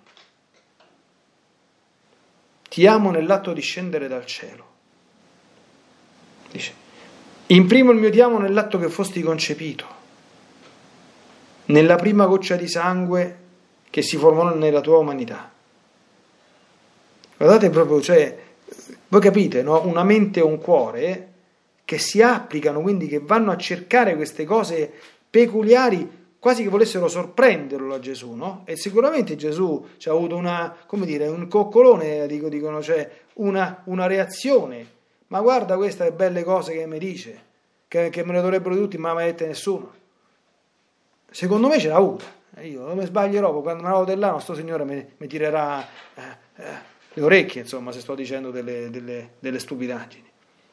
A: Ti amo nell'atto di scendere dal cielo. Dice, imprimo il mio ti amo nell'atto che fosti concepito, nella prima goccia di sangue che si formò nella tua umanità. Guardate proprio, cioè, voi capite, no? Una mente e un cuore che si applicano, quindi che vanno a cercare queste cose peculiari, quasi che volessero sorprenderlo a Gesù, no? E sicuramente Gesù ci ha avuto una, come dire, un coccolone, dico, dicono, cioè una, una reazione. Ma guarda queste belle cose che mi dice, che, che me le dovrebbero tutti, ma non me le dette nessuno. Secondo me ce l'ha avuta. Io non mi sbaglierò, quando me la vado dell'anno, sto signore mi, mi tirerà eh, eh, le orecchie, insomma, se sto dicendo delle, delle, delle stupidaggini.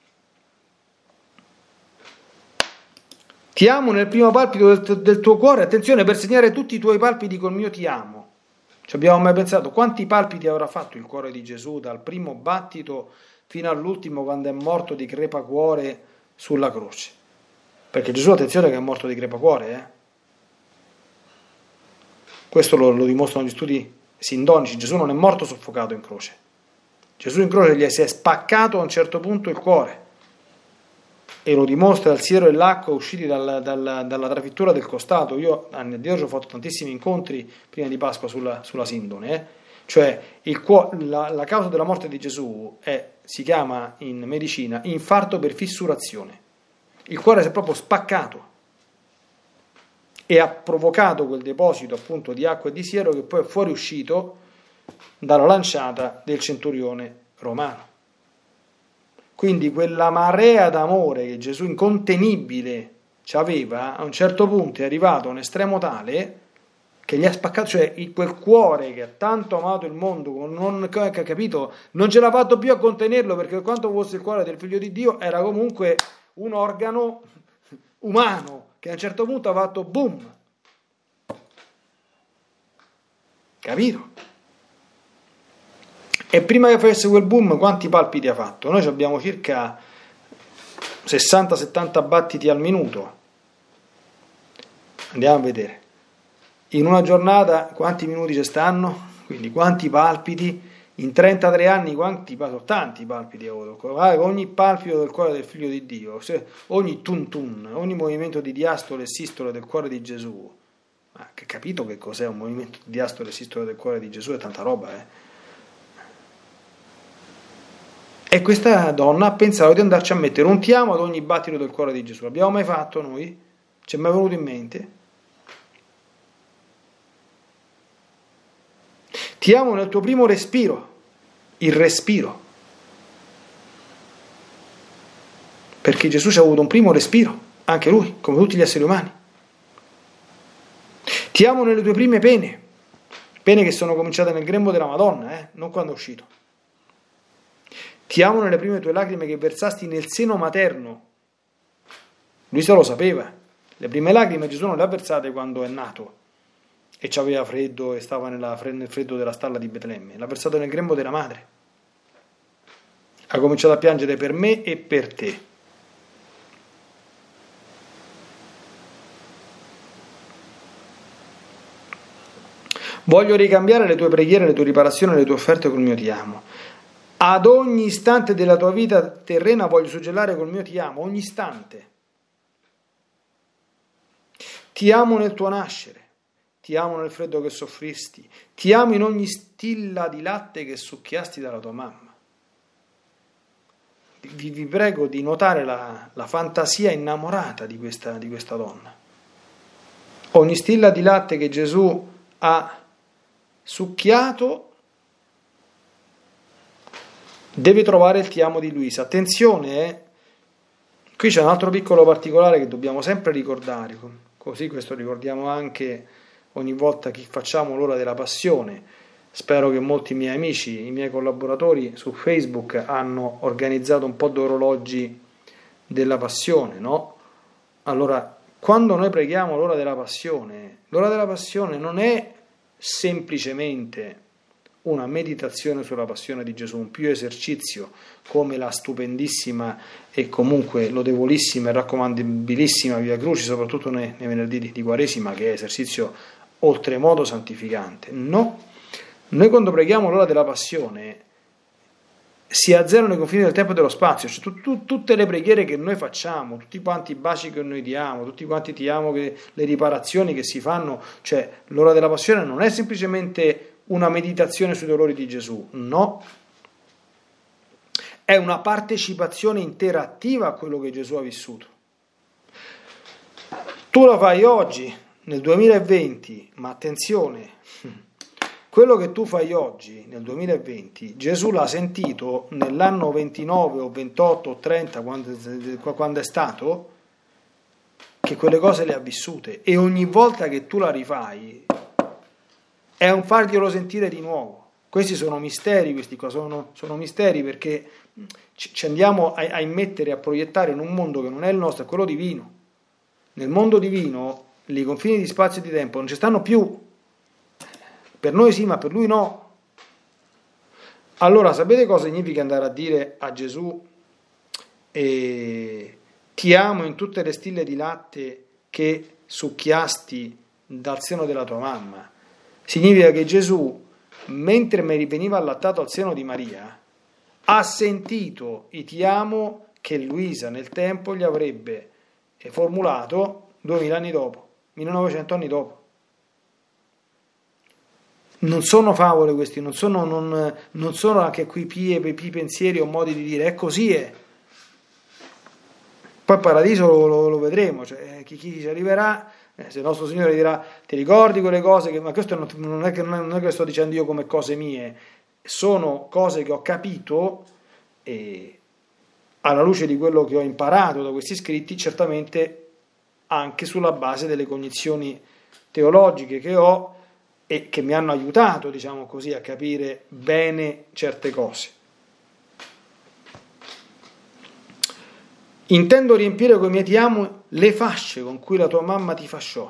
A: Ti amo nel primo palpito del, del tuo cuore, attenzione, per segnare tutti i tuoi palpiti col mio ti amo. Ci abbiamo mai pensato quanti palpiti avrà fatto il cuore di Gesù dal primo battito fino all'ultimo quando è morto di crepacuore sulla croce? Perché Gesù, attenzione, che è morto di crepacuore, eh? Questo lo, lo dimostrano gli studi sindonici. Gesù non è morto soffocato in croce. Gesù in croce gli si è spaccato a un certo punto il cuore. E lo dimostra il siero e l'acqua usciti dalla, dalla, dalla trafittura del costato. Io anni addietro ho fatto tantissimi incontri prima di Pasqua sulla, sulla sindone, eh? Cioè il, la, la causa della morte di Gesù è, si chiama in medicina infarto per fissurazione. Il cuore si è proprio spaccato e ha provocato quel deposito appunto di acqua e di siero che poi è fuoriuscito dalla lanciata del centurione romano. Quindi quella marea d'amore che Gesù incontenibile ci aveva, a un certo punto è arrivato a un estremo tale che gli ha spaccato, cioè quel cuore che ha tanto amato il mondo, non, capito, non ce l'ha fatto più a contenerlo, perché per quanto fosse il cuore del Figlio di Dio era comunque un organo umano che a un certo punto ha fatto boom. Capito? E prima che facesse quel boom, quanti palpiti ha fatto? Noi abbiamo circa sessanta settanta battiti al minuto. Andiamo a vedere. In una giornata quanti minuti ci stanno? Quindi quanti palpiti? In trentatré anni quanti palpiti? Tanti palpiti ho avuto. Ogni palpito del cuore del Figlio di Dio, ogni tun tun, ogni movimento di diastole e sistole del cuore di Gesù. Ma che capito che cos'è un movimento di diastole e sistole del cuore di Gesù? È tanta roba, eh? E questa donna ha pensato di andarci a mettere un ti amo ad ogni battito del cuore di Gesù. L'abbiamo mai fatto noi? Ci è mai venuto in mente? Ti amo nel tuo primo respiro, il respiro. Perché Gesù ci ha avuto un primo respiro, anche lui, come tutti gli esseri umani. Ti amo nelle tue prime pene, pene che sono cominciate nel grembo della Madonna, eh? Non quando è uscito. Ti amo nelle prime tue lacrime che versasti nel seno materno. Lui se lo sapeva. Le prime lacrime Gesù non le ha versate quando è nato e c'aveva freddo e stava nella, nel freddo della stalla di Betlemme. L'ha versato nel grembo della madre. Ha cominciato a piangere per me e per te. Voglio ricambiare le tue preghiere, le tue riparazioni, le tue offerte col mio ti amo. Ad ogni istante della tua vita terrena voglio suggellare col mio ti amo, ogni istante. Ti amo nel tuo nascere, ti amo nel freddo che soffristi, ti amo in ogni stilla di latte che succhiasti dalla tua mamma. Vi, vi prego di notare la, la fantasia innamorata di questa, di questa donna. Ogni stilla di latte che Gesù ha succhiato deve trovare il ti amo di Luisa. Attenzione, eh? Qui c'è un altro piccolo particolare che dobbiamo sempre ricordare, così questo ricordiamo anche ogni volta che facciamo l'ora della passione. Spero che molti miei amici, i miei collaboratori su Facebook hanno organizzato un po' di orologi della passione, no? Allora, quando noi preghiamo l'ora della passione, l'ora della passione non è semplicemente una meditazione sulla passione di Gesù, un più esercizio come la stupendissima e comunque lodevolissima e raccomandabilissima Via Crucis, soprattutto nei, nei venerdì di, di Quaresima, che è esercizio oltremodo santificante. No, noi quando preghiamo l'ora della passione si azzerano i confini del tempo e dello spazio, cioè tu, tu, tutte le preghiere che noi facciamo, tutti quanti i baci che noi diamo, tutti quanti ti amo, che, le riparazioni che si fanno, cioè l'ora della passione non è semplicemente una meditazione sui dolori di Gesù, no, è una partecipazione interattiva a quello che Gesù ha vissuto. Tu lo fai oggi, nel duemilaventi, ma attenzione, quello che tu fai oggi, nel duemilaventi, Gesù l'ha sentito nell'anno ventinove o ventotto o trenta, quando, quando è stato, che quelle cose le ha vissute, e ogni volta che tu la rifai è un farglielo sentire di nuovo. Questi sono misteri, questi qua sono, sono misteri perché ci andiamo a, a immettere, a proiettare in un mondo che non è il nostro, è quello divino. Nel mondo divino i confini di spazio e di tempo non ci stanno più. Per noi sì, ma per lui no. Allora, sapete cosa significa andare a dire a Gesù eh, ti amo in tutte le stille di latte che succhiasti dal seno della tua mamma? Significa che Gesù, mentre mi veniva allattato al seno di Maria, ha sentito i ti amo che Luisa nel tempo gli avrebbe formulato duemila anni dopo, millenovecento anni dopo. Non sono favole questi, non sono, non, non sono anche qui pie, pie pensieri o modi di dire, è così è. Poi il paradiso lo, lo, lo vedremo, cioè chi, chi ci arriverà, eh, se il nostro Signore dirà ti ricordi quelle cose, che, ma questo non, non, è che, non è che sto dicendo io come cose mie, sono cose che ho capito e alla luce di quello che ho imparato da questi scritti, certamente anche sulla base delle cognizioni teologiche che ho e che mi hanno aiutato, diciamo così, a capire bene certe cose. Intendo riempire coi miei ti amo le fasce con cui la tua mamma ti fasciò.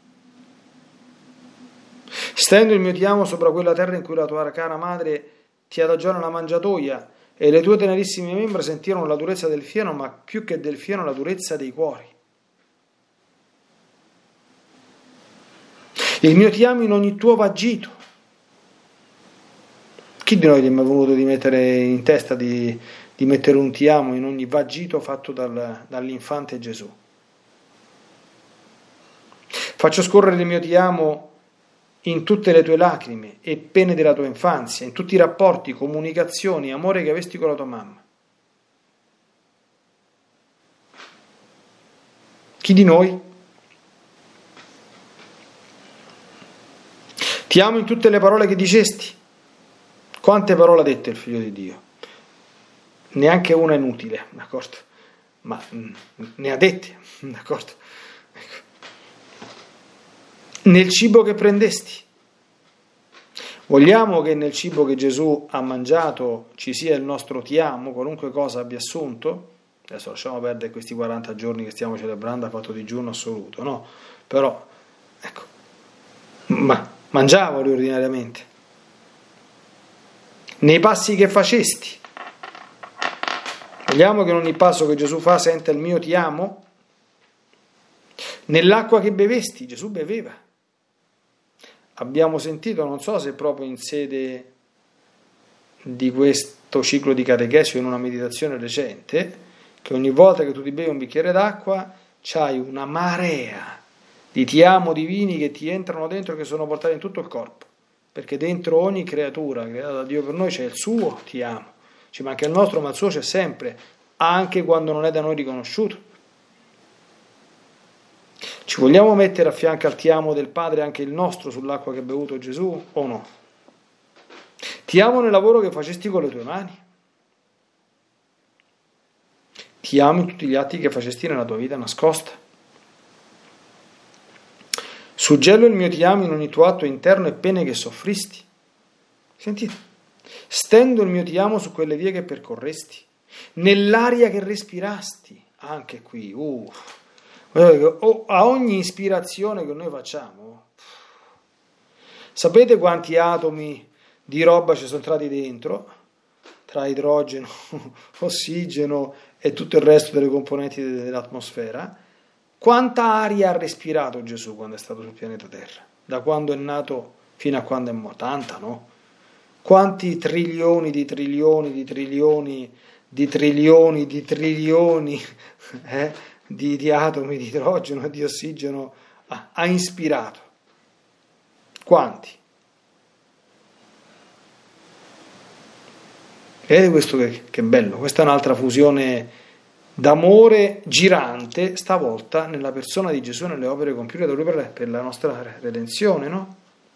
A: Stendo il mio ti amo sopra quella terra in cui la tua cara madre ti adagiò nella mangiatoia e le tue tenerissime membra sentirono la durezza del fieno, ma più che del fieno la durezza dei cuori. Il mio ti amo in ogni tuo vagito. Chi di noi gli è mai voluto di mettere in testa di, di mettere un ti amo in ogni vagito fatto dal, dall'infante Gesù? Faccio scorrere il mio ti amo in tutte le tue lacrime e pene della tua infanzia, in tutti i rapporti, comunicazioni, amore che avesti con la tua mamma. Chi di noi? Ti amo in tutte le parole che dicesti. Quante parole ha dette il Figlio di Dio? Neanche una inutile, d'accordo? Ma mh, ne ha dette, d'accordo? Ecco. Nel cibo che prendesti. Vogliamo che nel cibo che Gesù ha mangiato ci sia il nostro ti amo, qualunque cosa abbia assunto? Adesso lasciamo perdere questi quaranta giorni che stiamo celebrando a fatto digiuno assoluto, no? Però, ecco, ma mangiavoli ordinariamente. Nei passi che facesti. Vogliamo che in ogni passo che Gesù fa senta il mio ti amo? Nell'acqua che bevesti, Gesù beveva. Abbiamo sentito, non so se proprio in sede di questo ciclo di catechesi o in una meditazione recente, che ogni volta che tu ti bevi un bicchiere d'acqua c'hai una marea di ti amo divini che ti entrano dentro e che sono portati in tutto il corpo, perché dentro ogni creatura creata da Dio per noi c'è il suo ti amo, ci manca il nostro, ma il suo c'è sempre, anche quando non è da noi riconosciuto. Ci vogliamo mettere a fianco al ti amo del Padre anche il nostro sull'acqua che ha bevuto Gesù o no? Ti amo nel lavoro che facesti con le tue mani. Ti amo in tutti gli atti che facesti nella tua vita nascosta. Suggello il mio ti amo in ogni tuo atto interno e pene che soffristi. Sentite. Stendo il mio ti amo su quelle vie che percorresti, nell'aria che respirasti. Anche qui, uh. a ogni ispirazione che noi facciamo, Sapete quanti atomi di roba ci sono entrati dentro? Tra idrogeno, ossigeno e tutto il resto delle componenti dell'atmosfera. Quanta aria ha respirato Gesù quando è stato sul pianeta Terra? Da quando è nato fino a quando è morto? Tanta, no? Quanti trilioni di trilioni di trilioni di trilioni di trilioni eh, di, di atomi di idrogeno e di ossigeno ha, ha ispirato? Quanti? Vedete questo che, che bello? Questa è un'altra fusione d'amore girante, stavolta nella persona di Gesù, nelle opere compiute da lui per, per la nostra redenzione, no?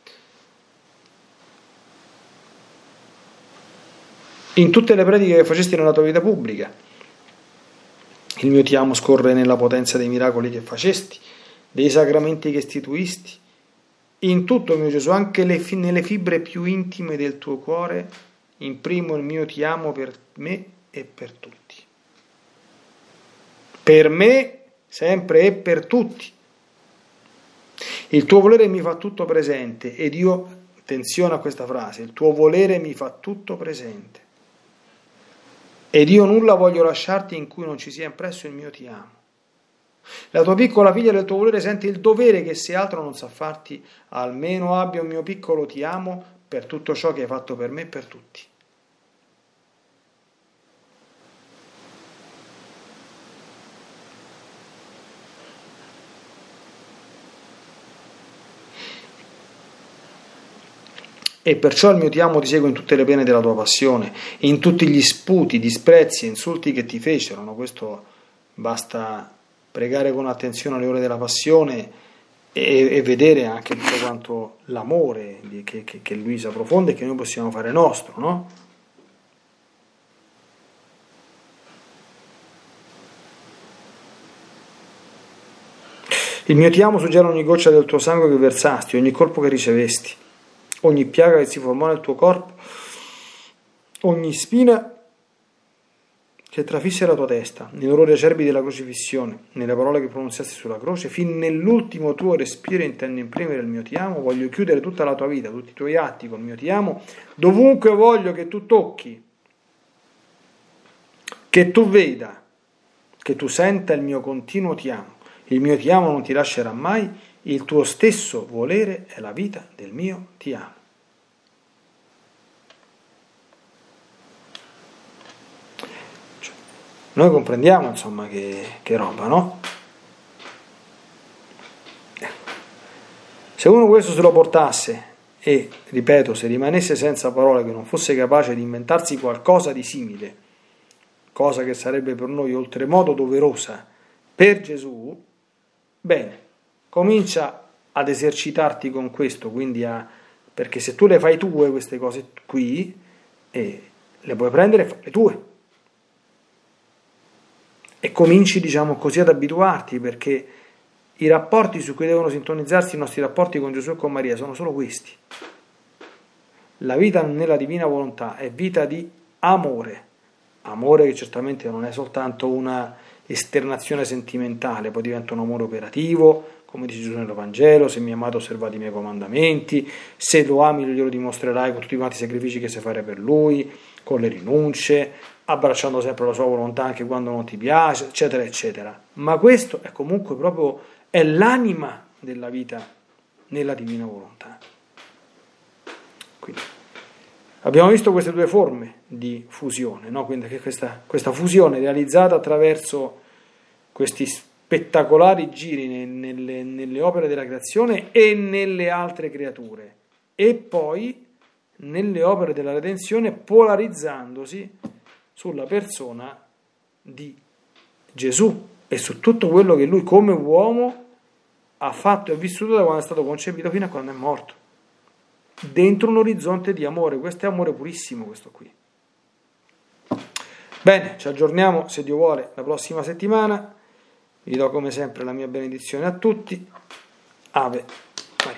A: In tutte le prediche che facesti nella tua vita pubblica, il mio ti amo scorre nella potenza dei miracoli che facesti, dei sacramenti che istituisti, in tutto, mio Gesù, anche le, nelle fibre più intime del tuo cuore, imprimo il mio ti amo per me e per tutti. Per me, sempre e per tutti. Il tuo volere mi fa tutto presente, ed io, attenzione a questa frase, il tuo volere mi fa tutto presente. Ed io nulla voglio lasciarti in cui non ci sia impresso il mio ti amo. La tua piccola figlia del tuo volere sente il dovere che se altro non sa farti, almeno abbia un mio piccolo ti amo per tutto ciò che hai fatto per me e per tutti. E perciò il mio ti amo ti segue in tutte le pene della tua passione, in tutti gli sputi, disprezzi e insulti che ti fecero. No? Questo basta pregare con attenzione alle ore della passione e, e vedere anche tutto quanto l'amore che, che, che Luisa profonde e che noi possiamo fare nostro, no? Il mio ti amo suggera ogni goccia del tuo sangue che versasti, ogni colpo che ricevesti, ogni piaga che si formò nel tuo corpo, ogni spina che trafisse la tua testa, nei dolori acerbi della crocifissione, nelle parole che pronunziasti sulla croce, fin nell'ultimo tuo respiro intendo imprimere il mio ti amo, voglio chiudere tutta la tua vita, tutti i tuoi atti col mio ti amo, dovunque voglio che tu tocchi, che tu veda, che tu senta il mio continuo ti amo. Il mio ti amo non ti lascerà mai, il tuo stesso volere è la vita del mio ti amo. Cioè, noi comprendiamo, insomma, che, che roba, no? Se uno questo se lo portasse e, ripeto, se rimanesse senza parole, che non fosse capace di inventarsi qualcosa di simile, cosa che sarebbe per noi oltremodo doverosa per Gesù, bene, comincia ad esercitarti con questo, quindi a, perché se tu le fai tue queste cose qui, eh, le puoi prendere e farle tue. E cominci, diciamo così, ad abituarti, perché i rapporti su cui devono sintonizzarsi i nostri rapporti con Gesù e con Maria sono solo questi. La vita nella divina volontà è vita di amore, amore che certamente non è soltanto una esternazione sentimentale, poi diventa un amore operativo, come dice Gesù nel Vangelo: se mi amate osservate i miei comandamenti, se lo ami glielo dimostrerai con tutti quanti i sacrifici che sai fare per lui, con le rinunce, abbracciando sempre la sua volontà anche quando non ti piace, eccetera eccetera. Ma questo è comunque proprio è l'anima della vita nella divina volontà. Quindi abbiamo visto queste due forme di fusione, no? Quindi che questa, questa fusione realizzata attraverso questi spettacolari giri nelle, nelle opere della creazione e nelle altre creature, e poi nelle opere della redenzione, polarizzandosi sulla persona di Gesù e su tutto quello che lui come uomo ha fatto e vissuto da quando è stato concepito fino a quando è morto, dentro un orizzonte di amore. Questo è amore purissimo, questo qui. Bene, ci aggiorniamo, se Dio vuole, la prossima settimana. Vi do come sempre la mia benedizione a tutti. Ave Maria.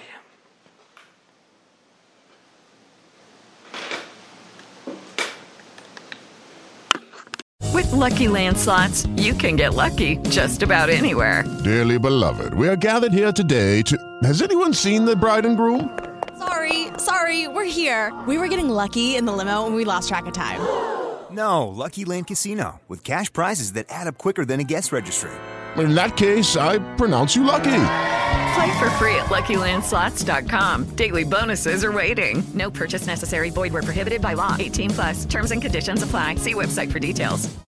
B: With Lucky Land Slots, you can get lucky just about anywhere.
C: Dearly beloved, we are gathered here today to... Has anyone seen the bride and groom?
D: Sorry,
C: Sorry, we're here. We were getting lucky in the limo and we lost track of time.
D: No, Lucky Land Casino, with cash prizes that add up quicker than a guest registry.
E: In that case, I pronounce you lucky.
B: Play for free at Lucky Land Slots dot com. Daily bonuses are waiting. No purchase necessary. Void where prohibited by law. eighteen plus. Terms and conditions apply. See website for details.